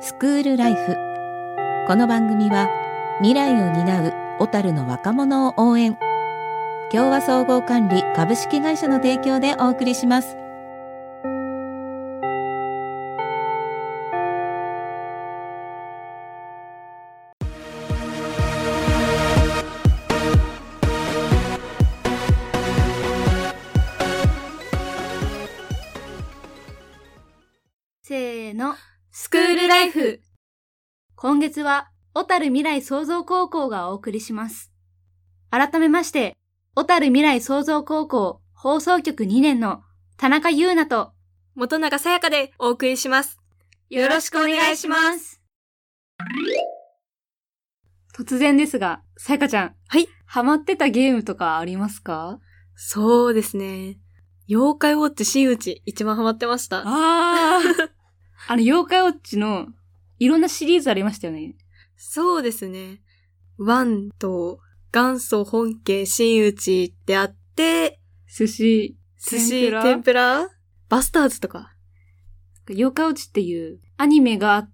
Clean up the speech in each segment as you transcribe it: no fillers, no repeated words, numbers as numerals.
スクールライフ。この番組は未来を担う小樽の若者を応援、共和総合管理株式会社の提供でお送りします。 せーの、スクールライフ。今月は小樽未来創造高校がお送りします。改めまして、小樽未来創造高校放送局2年の田中優奈と本永さやかでお送りします。よろしくお願いします。 突然ですが、さやかちゃん。 はい。 ハマってたゲームとかありますか？ そうですね。妖怪ウォッチ真打ち一番ハマってました。 妖怪ウォッチのいろんなシリーズありましたよね。 そうですね。1と元祖本家真打ちってあって、 寿司、 天ぷらバスターズとか。 妖怪ウォッチっていうアニメがあって、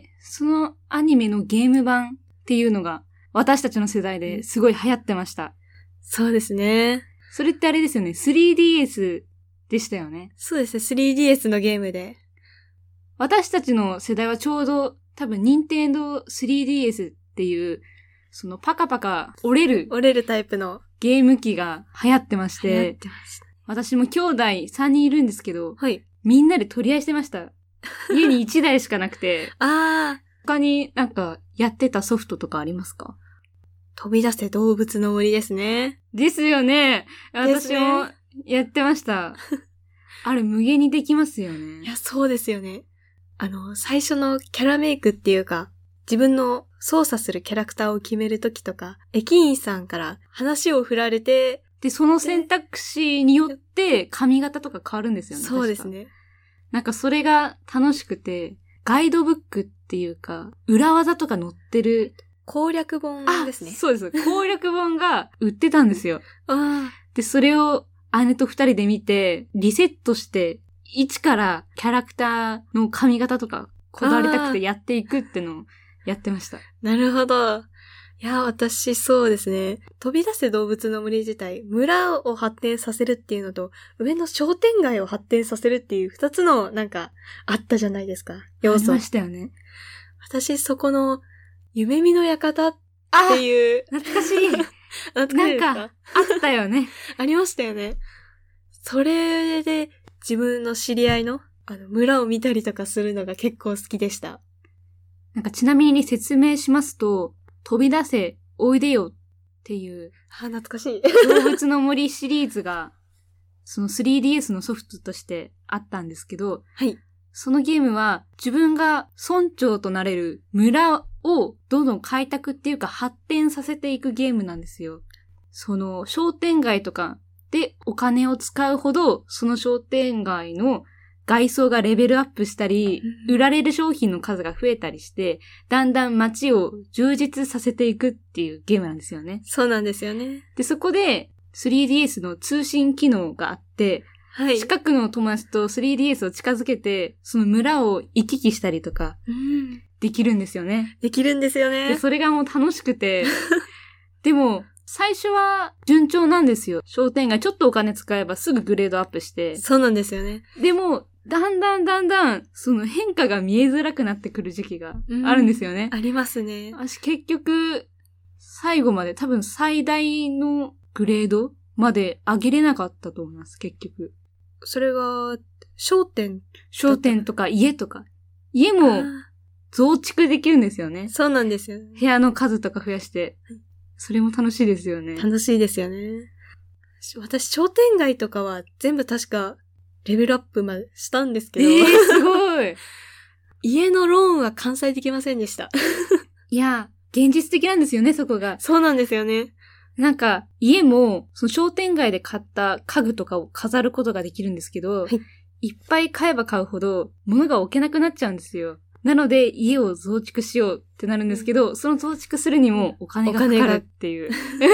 そのアニメのゲーム版っていうのが私たちの世代ですごい流行ってました。 そうですね。 それってあれですよね。3DS でしたよね。 そうですね。3DS のゲームで。 私たちの世代はちょうど多分任天堂 3DS っていうそのパカパカ折れるタイプのゲーム機が流行ってまして、 流行ってました。 私も兄弟3人いるんですけど、 はい。 みんなで取り合いしてました。家に1台しかなくて。他になんかやってたソフトとかありますか？ 飛び出せ動物の森ですね。 ですよね。私もやってました。あれ無限にできますよね。 いや、そうですよね。最初のキャラメイクっていうか、自分の操作するキャラクターを決めるときとか、駅員さんから話を振られて、 で、その選択肢によって髪型とか変わるんですよね。 そうですね。 なんかそれが楽しくて、ガイドブックっていうか、裏技とか載ってる攻略本ですね。 そうです。攻略本が売ってたんですよ。で、それを姉と二人で見て、リセットして、一からキャラクターの髪型とかこだわりたくてやっていくってのをやってました。 なるほど。いや、私そうですね。飛び出せ動物の森自体、村を発展させるっていうのと、上の商店街を発展させるっていう二つのなんかあったじゃないですか。要素。 ありましたよね。 私そこの夢見の館っていう。 懐かしい。 懐かしいですか？ なんかあったよね。 ありましたよね。それで自分の知り合いの村を見たりとかするのが結構好きでした。 なんかちなみに説明しますと、飛び出せ、おいでよっていう。 懐かしい。 動物の森シリーズが、その 3DS のソフトとしてあったんですけど、 はい。 そのゲームは自分が村長となれる村をどんどん開拓っていうか発展させていくゲームなんですよ。その商店街とかでお金を使うほど、その商店街の外装がレベルアップしたり、売られる商品の数が増えたりして、だんだん街を充実させていくっていうゲームなんですよね。 そうなんですよね。 で、そこで 3DS の通信機能があって、はい、近くの友達と 3DS を近づけて、その村を行き来したりとか、できるんですよね。 できるんですよね。 で、それがもう楽しくて、でも、最初は順調なんですよ。商店街ちょっとお金使えばすぐグレードアップして。 そうなんですよね。 でも、だんだん、その変化が見えづらくなってくる時期があるんですよね。 ありますね。 私結局、最後まで多分最大のグレードまで上げれなかったと思います、結局。 それが、商店とか家とか。家も増築できるんですよね。 そうなんですよね。 部屋の数とか増やして。それも楽しいですよね。 楽しいですよね。私、商店街とかは全部確かレベルアップまでしたんですけど。 すごい。 家のローンは完済できませんでした。 いや、現実的なんですよね、そこが。 そうなんですよね。 なんか、家も、その商店街で買った家具とかを飾ることができるんですけど、いっぱい買えば買うほど、物が置けなくなっちゃうんですよ。なので、家を増築しようってなるんですけど、その増築するにもお金がかかるっていう。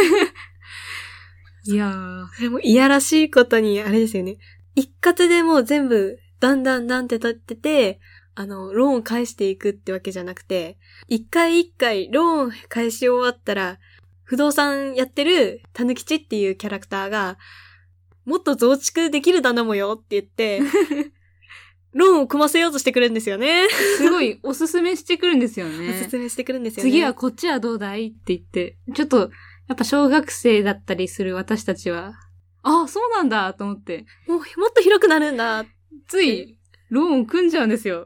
いやー。 でも、いやらしいことに、あれですよね。一括でもう全部、だんって立ってて、 ローンを返していくってわけじゃなくて、一回一回ローン返し終わったら、不動産やってるたぬきちっていうキャラクターが、もっと増築できるだなもよって言って、ローンを組ませようとしてくるんですよね。 すごいおすすめしてくるんですよね。 おすすめしてくるんですよね。 次はこっちはどうだいって言って、ちょっと、やっぱ小学生だったりする私たちは、あ、そうなんだと思って、 もっと広くなるんだ。 つい、ローン組んじゃうんですよ。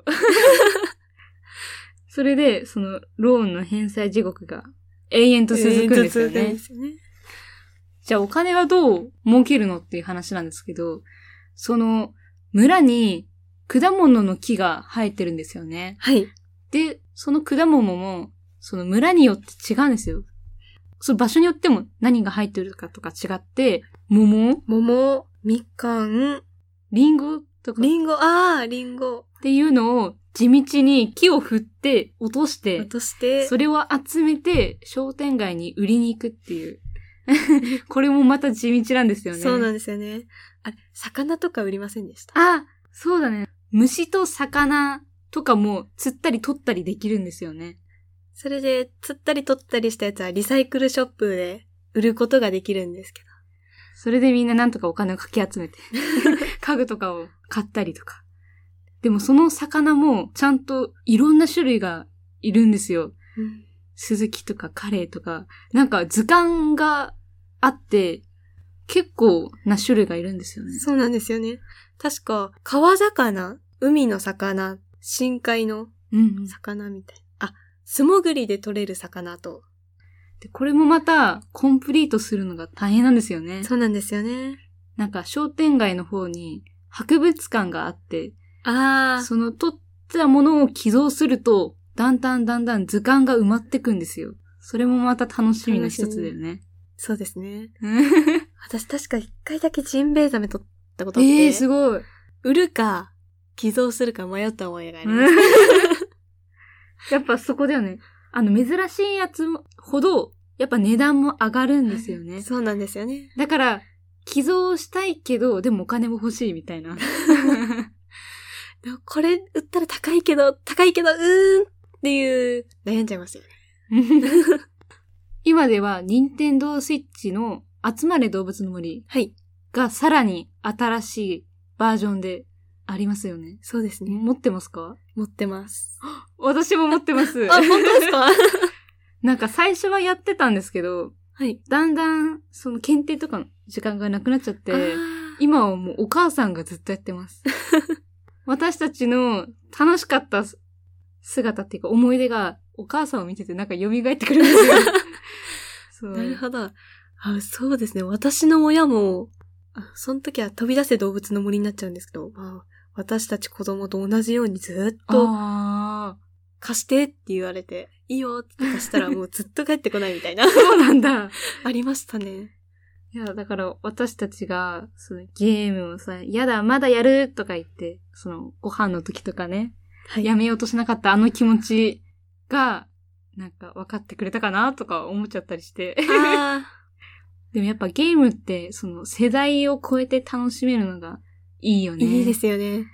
それで、その、ローンの返済地獄が永遠と続くんですよね。じゃあお金はどう儲けるのっていう話なんですけど、その、村に果物の木が生えてるんですよね。 はい。 で、その果物も、その村によって違うんですよ。その場所によっても何が入ってるかとか違って、桃、 みかん、 リンゴとか。 リンゴ。 っていうのを地道に木を振って落として、それを集めて商店街に売りに行くっていう。これもまた地道なんですよね。 そうなんですよね。あれ、魚とか売りませんでした？ あ、そうだね。虫と魚とかも釣ったり取ったりできるんですよね。 それで、釣ったり取ったりしたやつはリサイクルショップで売ることができるんですけど。 それでみんななんとかお金をかき集めて、家具とかを買ったりとか。でもその魚もちゃんといろんな種類がいるんですよ。 うん、 スズキとかカレイとか、なんか図鑑があって、結構な種類がいるんですよね。 そうなんですよね。確か、川魚、海の魚、深海の魚みたいな。素潜りで取れる魚と。 で、これもまた、コンプリートするのが大変なんですよね。 そうなんですよね。 なんか、商店街の方に、博物館があって、その取ったものを寄贈すると、だんだん図鑑が埋まってくんですよ。それもまた楽しみの一つだよね。 そうですね。私確か一回だけジンベエザメ取ったことあって。 すごい。 売るか、寄贈するか迷った思いがあります。 やっぱそこだよね。珍しいやつほど、やっぱ値段も上がるんですよね。 そうなんですよね。 だから、寄贈したいけど、でもお金も欲しいみたいな。 でもこれ売ったら高いけど、っていう、悩んじゃいますよね。 今では、任天堂スイッチの集まれ動物の森がさらに新しいバージョンでありますよね。 そうですね。 持ってますか？ 持ってます。 私も持ってます。 本当ですか？ なんか最初はやってたんですけど、 はい。 だんだんその検定とかの時間がなくなっちゃって、今はもうお母さんがずっとやってます。私たちの楽しかった姿っていうか思い出がお母さんを見ててなんか蘇ってくるんですよ。 そう。なるほど。そうですね。私の親も、その時は飛び出せ動物の森になっちゃうんですけど、私たち子供と同じようにずっと、貸してって言われて、いいよって貸したらもうずっと帰ってこないみたいな。 そうなんだ。 ありましたね。 いや、だから私たちが、そのゲームをさ、やだ、まだやるとか言って、そのご飯の時とかね、はい、やめようとしなかったあの気持ちが、なんか分かってくれたかなとか思っちゃったりして。でもやっぱゲームって、その世代を超えて楽しめるのがいいよね。 いいですよね。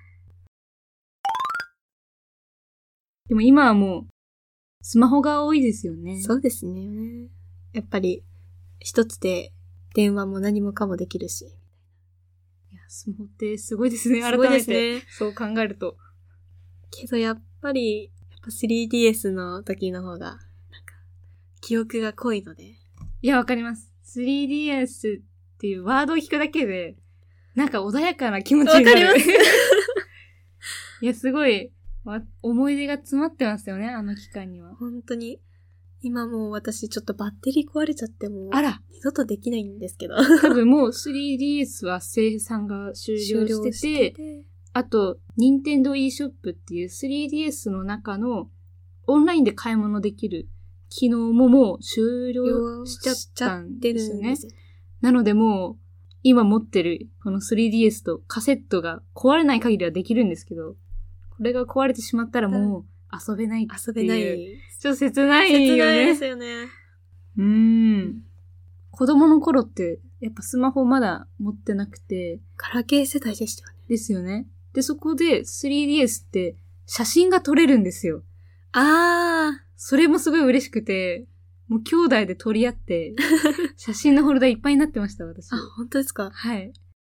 でも今はもう、スマホが多いですよね。 そうですね。やっぱり、一つで電話も何もかもできるし。 いや、スマホってすごいですね、改めて。 すごいですね。 そう考えると。 けどやっぱり、3DS の時の方が、なんか、記憶が濃いので。 いや、わかります。3DS っていうワードを聞くだけで、なんか穏やかな気持ちになる。 わかります。 いや、すごい、思い出が詰まってますよね、あの期間には。 本当に。今もう私ちょっとバッテリー壊れちゃっても、二度とできないんですけど。 多分もう 3DS は生産が終了してて、あと、任天堂 eShop っていう 3DS の中のオンラインで買い物できる機能ももう終了しちゃったんですよね。なのでもう、今持ってるこの 3DS とカセットが壊れない限りはできるんですけど、これが壊れてしまったらもう遊べないっていう。 遊べない。 ちょっと切ないよね。 切ないですよね。 子供の頃って、やっぱスマホまだ持ってなくて。 ガラケー世代でしたよね。 ですよね。で、そこで 3DS って写真が撮れるんですよ。 あそれもすごい嬉しくて、もう兄弟で撮り合って、写真のフォルダいっぱいになってました、私。 あ、本当ですか？ はい。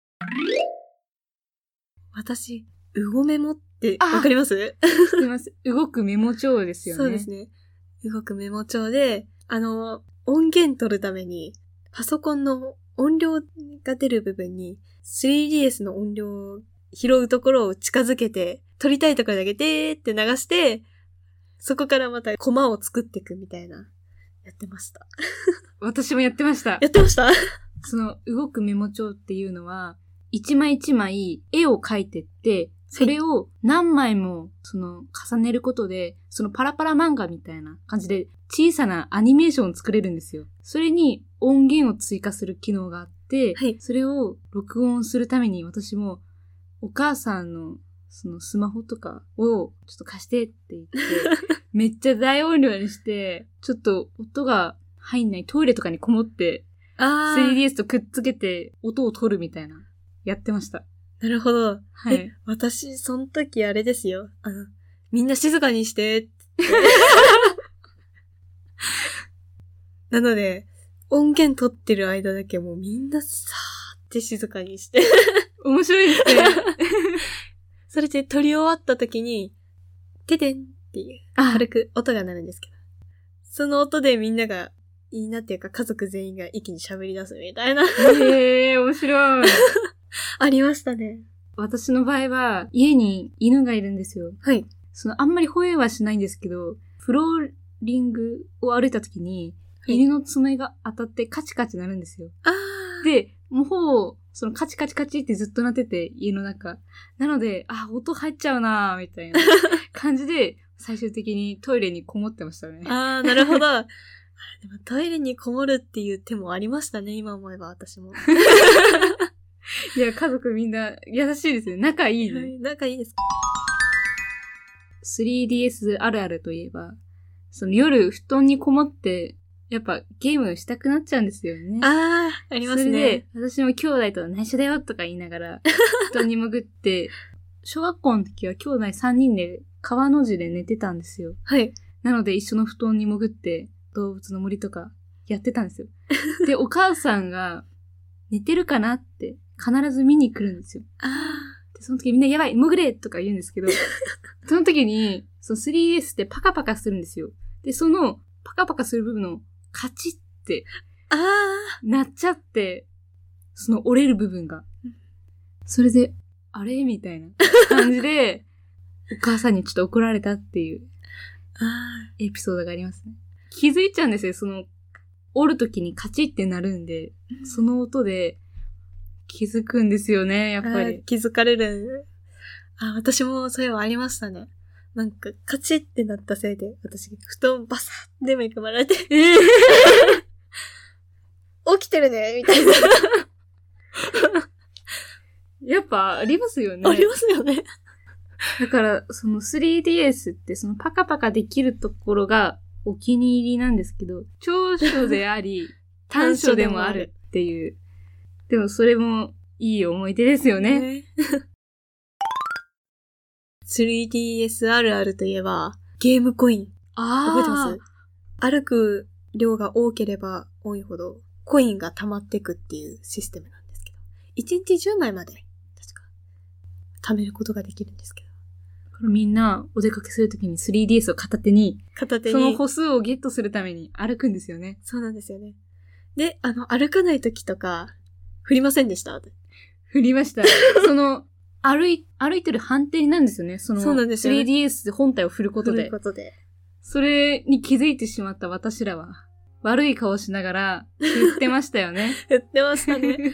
私、うごメモってわかります？ 知ってます。動くメモ帳ですよね。 そうですね。動くメモ帳で、音源取るために、パソコンの音量が出る部分に、3DS の音量を拾うところを近づけて、撮りたいところだけでーって流して、そこからまたコマを作っていくみたいな、やってました。 私もやってました。 やってました？ その動くメモ帳っていうのは、一枚一枚絵を描いてって、それを何枚も重ねることで、そのパラパラ漫画みたいな感じで小さなアニメーションを作れるんですよ。それに音源を追加する機能があって、 はい、 それを録音するために私もお母さんのそのスマホとかをちょっと貸してって言って、めっちゃ大音量にして、ちょっと音が入んないトイレとかにこもって、3DS とくっつけて音を取るみたいな、やってました。 なるほど。 はい。 私、その時あれですよ。みんな静かにしてって。なので、音源取ってる間だけもうみんなさーって静かにして。 面白いですね。 それで撮り終わった時に、てでんっていう軽く音が鳴るんですけど。その音でみんなが、いいなっていうか家族全員が一気に喋り出すみたいな。 面白い。 ありましたね。 私の場合は、家に犬がいるんですよ。 はい。 あんまり吠えはしないんですけど、フローリングを歩いた時に、犬の爪が当たってカチカチ鳴るんですよ。で、もうほぼ、カチカチカチってずっと鳴ってて、家の中。なので、音入っちゃうなーみたいな感じで、最終的にトイレにこもってましたね。 なるほど。でもトイレにこもるっていう手もありましたね、今思えば私も。 いや、家族みんな優しいですね。仲いいね。 はい、仲いいです。 3DS あるあるといえば、夜布団にこもって、やっぱゲームしたくなっちゃうんですよね。 ありますね。 それで、私も兄弟と内緒だよとか言いながら、布団に潜って、小学校の時は兄弟3人で川の字で寝てたんですよ。 はい。 なので一緒の布団に潜って、動物の森とかやってたんですよ。で、お母さんが寝てるかなって必ず見に来るんですよ。でその時みんなやばい潜れとか言うんですけど、その時に、3DS ってパカパカするんですよ。で、そのパカパカする部分のカチってなっちゃって、折れる部分が。それで、あれみたいな感じで、お母さんにちょっと怒られたっていうエピソードがありますね。気づいちゃうんですよ。折る時にカチってなるんで、その音で気づくんですよね、やっぱり。 気づかれる。私もそういうのありましたね。なんか、カチってなったせいで、私、布団バサッでめくまられて、起きてるねみたいな。 やっぱありますよね。 ありますよね。 だから、3DS ってパカパカできるところがお気に入りなんですけど、長所であり、短所でもあるっていう。でもそれもいい思い出ですよね。 3DS あるあるといえば、ゲームコイン。覚えてます？歩く量が多ければ多いほど、コインが溜まってくっていうシステムなんですけど、1日10枚まで、確か、貯めることができるんですけど。 みんなお出かけするときに 3DS を片手に、その歩数をゲットするために歩くんですよね。 そうなんですよね。で、歩かないときとか、振りませんでした？ 振りました。歩いてる判定になるんですよね。 そうなんですよね。 3DS 本体を振ることで。それに気づいてしまった私らは、悪い顔しながら振ってましたよね。 振ってましたね。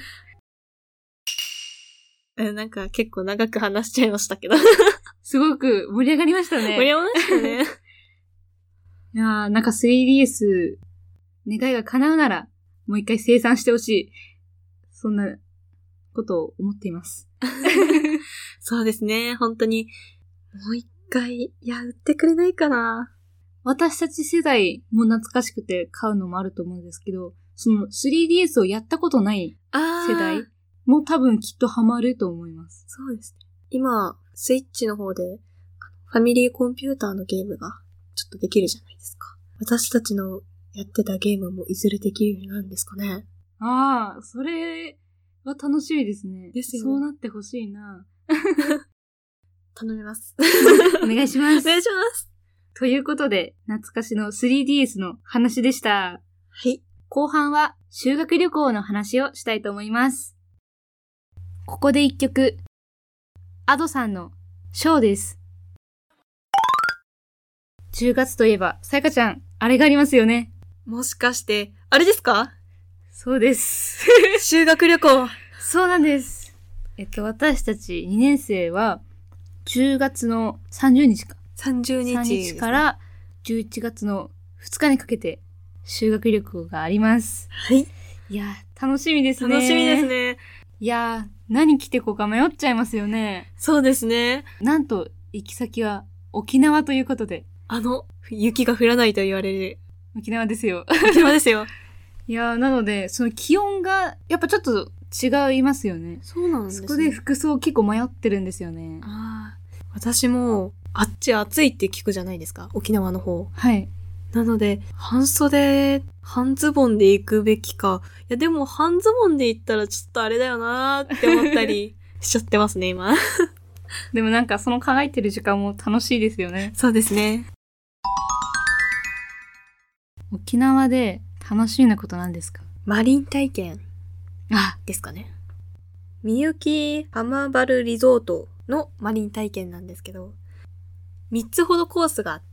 なんか結構長く話しちゃいましたけど。 すごく盛り上がりましたね。 盛り上がりましたね。 いやー、なんか 3DS、願いが叶うなら、もう一回生産してほしい。そんなことを思っています。 そうですね、本当に。もう一回、売ってくれないかな。 私たち世代も懐かしくて買うのもあると思うんですけど、3DS をやったことない世代も多分きっとハマると思います。 そうですね。今、スイッチの方で、 ファミリーコンピューターのゲームがちょっとできるじゃないですか。私たちのやってたゲームもいずれできるようになるんですかね。 ああ、それは楽しみですね。 ですよねそうなってほしいな。 頼みます。 お願いします。 お願いします。 ということで、懐かしの 3DS の話でした。 はい。 後半は修学旅行の話をしたいと思います。ここで一曲、Adoさんのショーです。10月といえば、さやかちゃん、あれがありますよね。 もしかして、あれですか？ そうです。 修学旅行。 そうなんです。私たち2年生は、10月の30日か。 30日、 3日から11月の2日にかけて修学旅行があります。 はい。 いやー、楽しみですね。 楽しみですね。 いやー、何着てこうか迷っちゃいますよね。 そうですね。 なんと、行き先は沖縄ということで。 雪が降らないと言われる。 沖縄ですよ。 沖縄ですよ。 いやー、なので、その気温が、やっぱちょっと違いますよね。 そうなんですね。 そこで服装結構迷ってるんですよね。 ああ。私も、あっち暑いって聞くじゃないですか。沖縄の方。 はい。 なので、半袖、半ズボンで行くべきか。いや、でも半ズボンで行ったらちょっとあれだよなーって思ったりしちゃってますね、今。 でもなんかその考えてる時間も楽しいですよね。 そうですね。 沖縄で楽しみなことなんですか？ マリン体験ですかね。みゆきアマバルリゾートのマリン体験なんですけど、3つほどコースがあって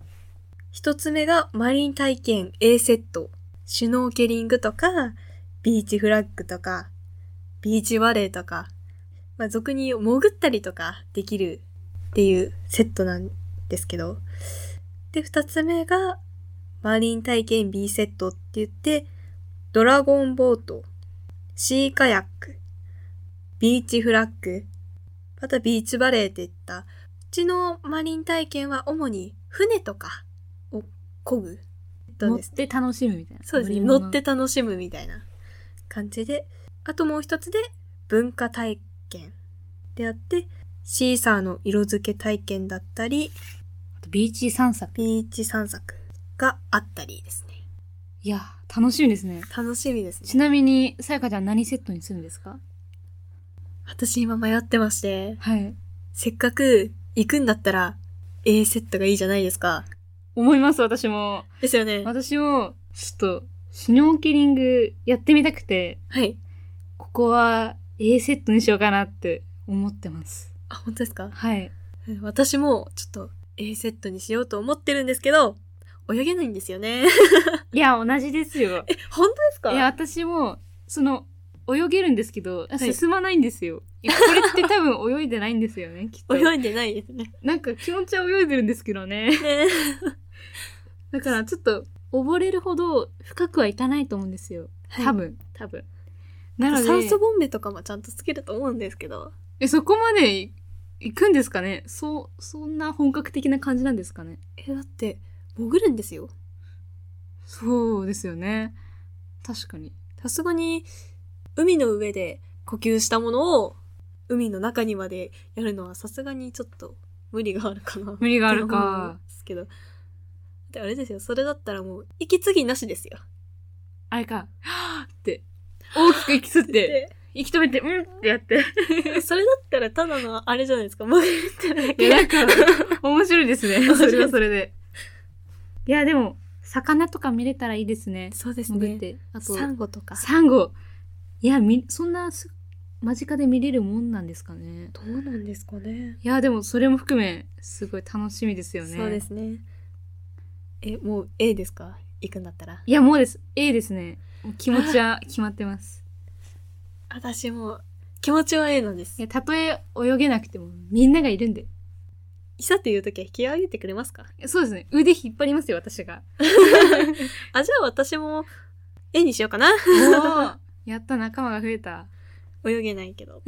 、1つ目がマリン体験 A セット。シュノーケリングとか、ビーチフラッグとか、ビーチバレーとか、俗に潜ったりとかできるっていうセットなんですけど、で、2つ目がマリン体験 B セットって言って、ドラゴンボート、シーカヤック、ビーチフラッグ、またビーチバレーっていった、うちのマリン体験は主に船とかを漕ぐ。 乗って楽しむみたいな。 そうですね。乗って楽しむみたいな感じで、あともう一つで文化体験であって、シーサーの色付け体験だったり、 あとビーチ散策。 ビーチ散策があったりですね。 いや、楽しみですね。 楽しみですね。 ちなみに、さやかちゃん何セットにするんですか？ 私今迷ってまして、 はい。 せっかく行くんだったら A セットがいいじゃないですか。 思います、私も。 ですよね。 私も、ちょっと、シュノーケリングやってみたくて、 はい。 ここは A セットにしようかなって思ってます。 あ、本当ですか？ はい。 私もちょっと A セットにしようと思ってるんですけど、泳げないんですよね。 いや、同じですよ。 本当ですか？ いや、私も、泳げるんですけど、 い進まないんですよ。いや、これって多分泳いでないんですよね、きっと。 泳いでないですね。 なんか気持ちは泳いでるんですけどね。 ねだからちょっと、溺れるほど深くはいかないと思うんですよ。 はい多分。なので、 酸素ボンベとかもちゃんとつけると思うんですけど。 そこまで行くんですかね？そんな本格的な感じなんですかね？ だって、潜るんですよ。 そうですよね。確かに。 さすがに、海の上で呼吸したものを、海の中にまでやるのはさすがにちょっと無理があるかな。 無理があるって思うんか。 ですけど。で、あれですよ。それだったらもう、息継ぎなしですよ。 あれか、はぁって、大きく息吸って、 で、 息止めて、うんってやって。 それだったらただのあれじゃないですか。潜ってるだけ。 いや、なんか、面白いですね。それはそれで。いや、でも、魚とか見れたらいいですね。 そうですね。 潜って。あと、 サンゴとか。 サンゴ。いや、そんな間近で見れるもんなんですかね。 どうなんですかね。 いや、でもそれも含め、すごい楽しみですよね。 そうですね。もう A ですか？行くんだったら。 いや、もうです。A ですね。もう気持ちは決まってます。 私も、気持ちは A なんです。 いや、たとえ泳げなくても、みんながいるんで。 いざという時は引き上げてくれますか？ そうですね。腕引っ張りますよ、私が。 あ、じゃあ私も A にしようかな。 おーやった、仲間が増えた。 泳げないけど。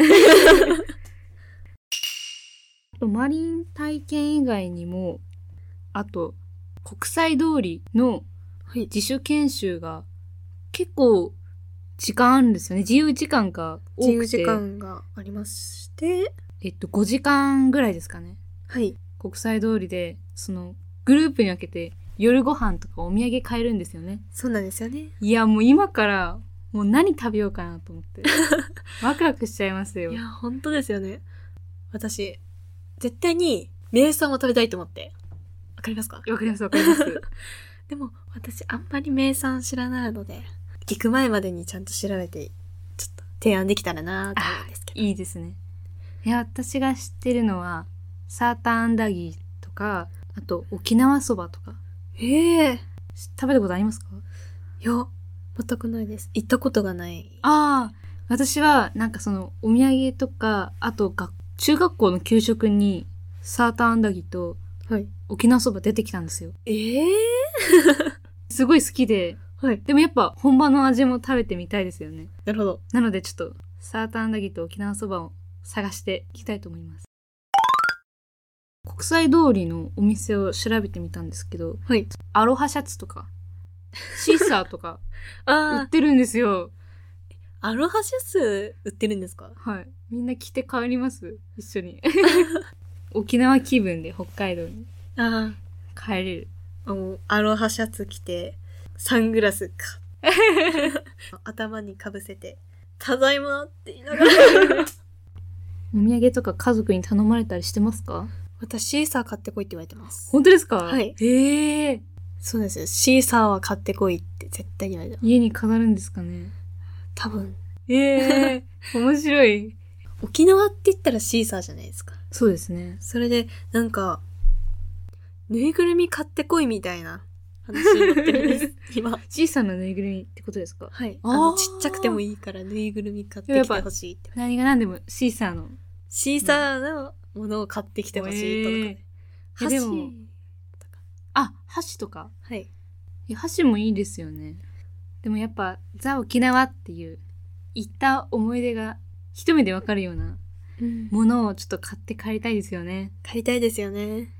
マリン体験以外にも、あと、国際通りの自主研修が結構時間あるんですよね。自由時間が多くて。 自由時間がありまして、 5時間ぐらいですかね。 はい。 国際通りで、その、グループに分けて夜ご飯とかお土産買えるんですよね。 そうなんですよね。 いや、もう今から、もう何食べようかなと思って。ワクワクしちゃいますよ。 いや、本当ですよね。私、絶対に名産を食べたいと思って。わかりますか？ わかりますわかります。 でも、私、あんまり名産知らないので、行く前までにちゃんと調べて、ちょっと提案できたらなと思うんですけど。 いいですね。いや、私が知ってるのは、サーターアンダギーとか、あと沖縄そばとか。 へえ。 食べたことありますか？ いや、全くないです。行ったことがない。 ああ、私はなんかそのお土産とか、あと中学校の給食にサーターアンダギーとはい。 沖縄そば出てきたんですよ。 ええすごい好きで、 はい。 でもやっぱ本場の味も食べてみたいですよね。 なるほど。 なのでちょっとサーターアンダギーと沖縄そばを探していきたいと思います。国際通りのお店を調べてみたんですけど、 はい。 アロハシャツとか、シーサーとか売あってるんですよ。 あ、アロハシャツ売ってるんですか？ はい。みんな着て帰ります一緒に。沖縄気分で北海道にあ帰れる。 あ、もう、アロハシャツ着て、サングラスか。頭にかぶせて、ただいまって言いながら。 お土産とか家族に頼まれたりしてますか？ 私、シーサー買ってこいって言われてます。 本当ですか？ はい。 へえ。 そうですよ。シーサーは買ってこいって絶対に言われてます。 家に飾るんですかね？ 多分。 ええ。面白い。 沖縄って言ったらシーサーじゃないですか。 そうですね。 それで、なんか、ぬいぐるみ買ってこいみたいな話になってるんです。今。 小さなぬいぐるみってことですか？ はい。 あーちっちゃくてもいいからぬいぐるみ買ってきてほしいって。 何が何でもシーサーの。 シーサーのものを買ってきてほしいとかね。 えでも箸あ、箸とか。 はい。 いや箸もいいですよね。でもやっぱザ・沖縄っていう行った思い出が一目でわかるようなものをちょっと買って帰りたいですよね。 借りたいですよね。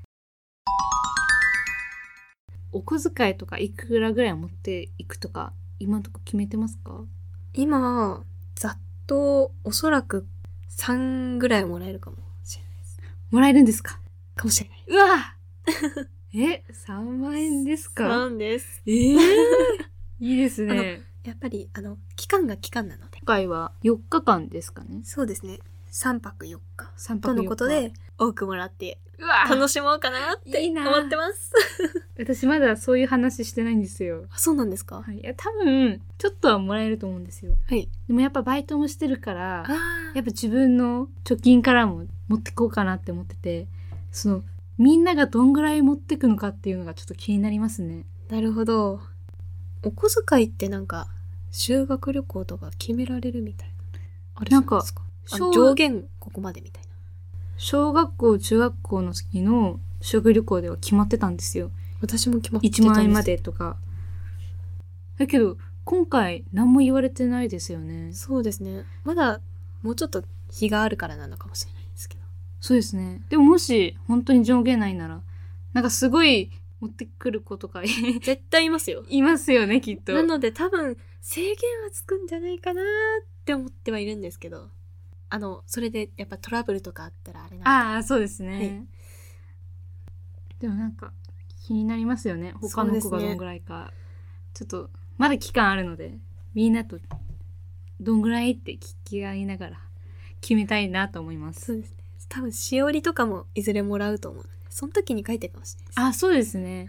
お小遣いとかいくらぐらい持っていくとか今のとこ決めてますか？ 今、ざっとおそらく3ぐらいもらえるかもしれないです。 もらえるんですか？ かもしれない。 うわ3万円ですか 3です。 いいですね。 やっぱり、期間が期間なので。 今回は4日間ですかね。 そうですね。3泊4日。 3泊4日とのことで、多くもらってうわ楽しもうかなっていいな思ってます。 私まだそういう話してないんですよ。 あ、そうなんですか？ はい、いや多分ちょっとはもらえると思うんですよ。 はい。 でもやっぱバイトもしてるからあやっぱ自分の貯金からも持ってこうかなって思ってて、そのみんながどんぐらい持ってくのかっていうのがちょっと気になりますね。 なるほど。お小遣いってなんか、修学旅行とか決められるみたいな。あれなんかそうです小上限ここまでみたいな。 小学校中学校の時の修学旅行では決まってたんですよ。 私も決まってたんです。 1万円までとか。だけど今回何も言われてないですよね。 そうですね。まだもうちょっと日があるからなのかもしれないですけど。 そうですね。でももし本当に上限ないならなんかすごい持ってくる子とか絶対いますよ。 いますよねきっと。 なので多分制限はつくんじゃないかなって思ってはいるんですけど。それでやっぱトラブルとかあったらあれなんで。 ああそうですね、 はいでもなんか気になりますよね。他の子がどんぐらいか、ちょっとまだ期間あるのでみんなとどんぐらいって聞き合いながら決めたいなと思います。 そうですね。多分しおりとかもいずれもらうと思うので、その時に書いてるかもしれないです。 あ、そうですね。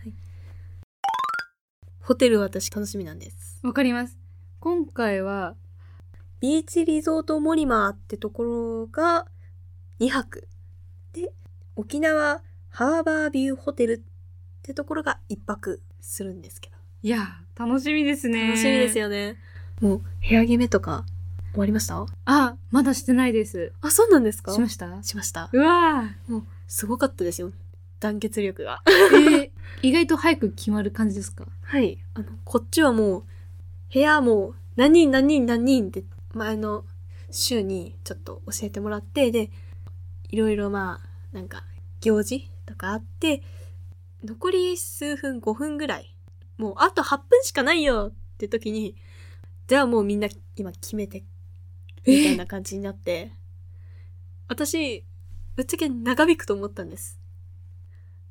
ホテル私楽しみなんです。 わかります。今回はビーチリゾートモリマーってところが2泊。で、沖縄ハーバービューホテルってところが1泊するんですけど。 いや楽しみですね。 楽しみですよね。もう部屋決めとか終わりました？ あ、まだしてないです。 あ、そうなんですか？ しました？ しました。 うわもうすごかったですよ。団結力が。 意外と早く決まる感じですか？ はい。こっちはもう部屋も何人って前の週にちょっと教えてもらって、で、いろいろなんか行事とかあって、残り数分5分ぐらい、もうあと8分しかないよって時に、じゃあもうみんな今決めて、みたいな感じになって、私、ぶっちゃけ長引くと思ったんです。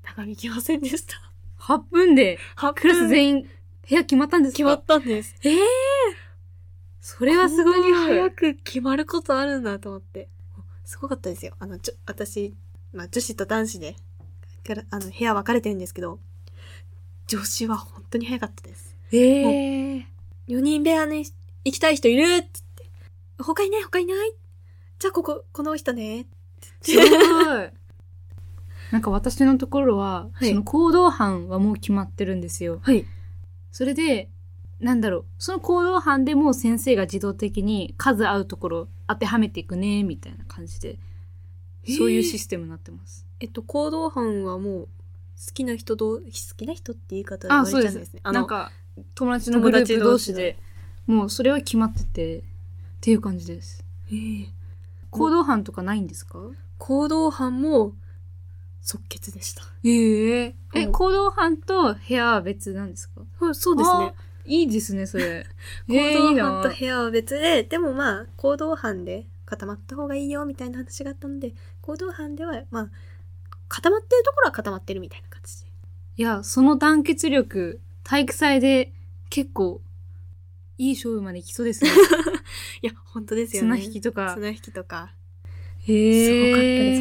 長引きませんでした。 8分で 8 クラス全員部屋決まったんですか？ 決まったんです。 それはすごい。 こんなに早く決まることあるんだと思って。すごかったですよ。私、女子と男子で、部屋分かれてるんですけど、女子は本当に早かったです。4人部屋に行きたい人いるって言って、他いないじゃあこの人ね。 すごい。なんか私のところは、 はい、 その行動班はもう決まってるんですよ。 はい。 それで、その行動班でもう先生が自動的に数合うところ当てはめていくね、みたいな感じで、そういうシステムになってます。 行動班はもう、好きな人って言い方が言われちゃうんですね。 なんか、友達のグループ同士で、もうそれは決まってて、っていう感じです。行動班とかないんですか？ 行動班も、即決でした。 行動班と部屋は別なんですか？ そうですね。 いいですね、それ。 行動班と部屋は別で、でもまあ、行動班で固まった方がいいよ、みたいな話があったので、行動班では、まあ、固まってるところは固まってるみたいな感じで。 いや、その団結力、体育祭で結構、いい勝負までいきそうですね。 いや、本当ですよね。 綱引きとか。 すごかったです、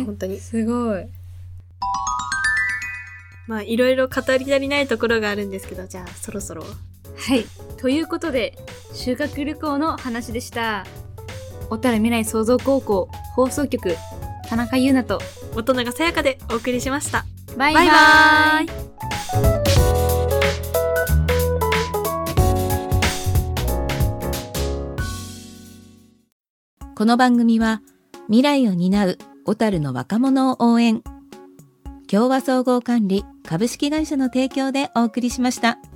本当に。 すごい。 まあ、いろいろ語り足りないところがあるんですけど、じゃあ、そろそろ。 はい。ということで、修学旅行の話でした。小樽未来創造高校放送局、田中優奈と音永さやかでお送りしました。 バイバイ。 バイバイ。 この番組は未来を担う小樽の若者を応援、共和総合管理株式会社の提供でお送りしました。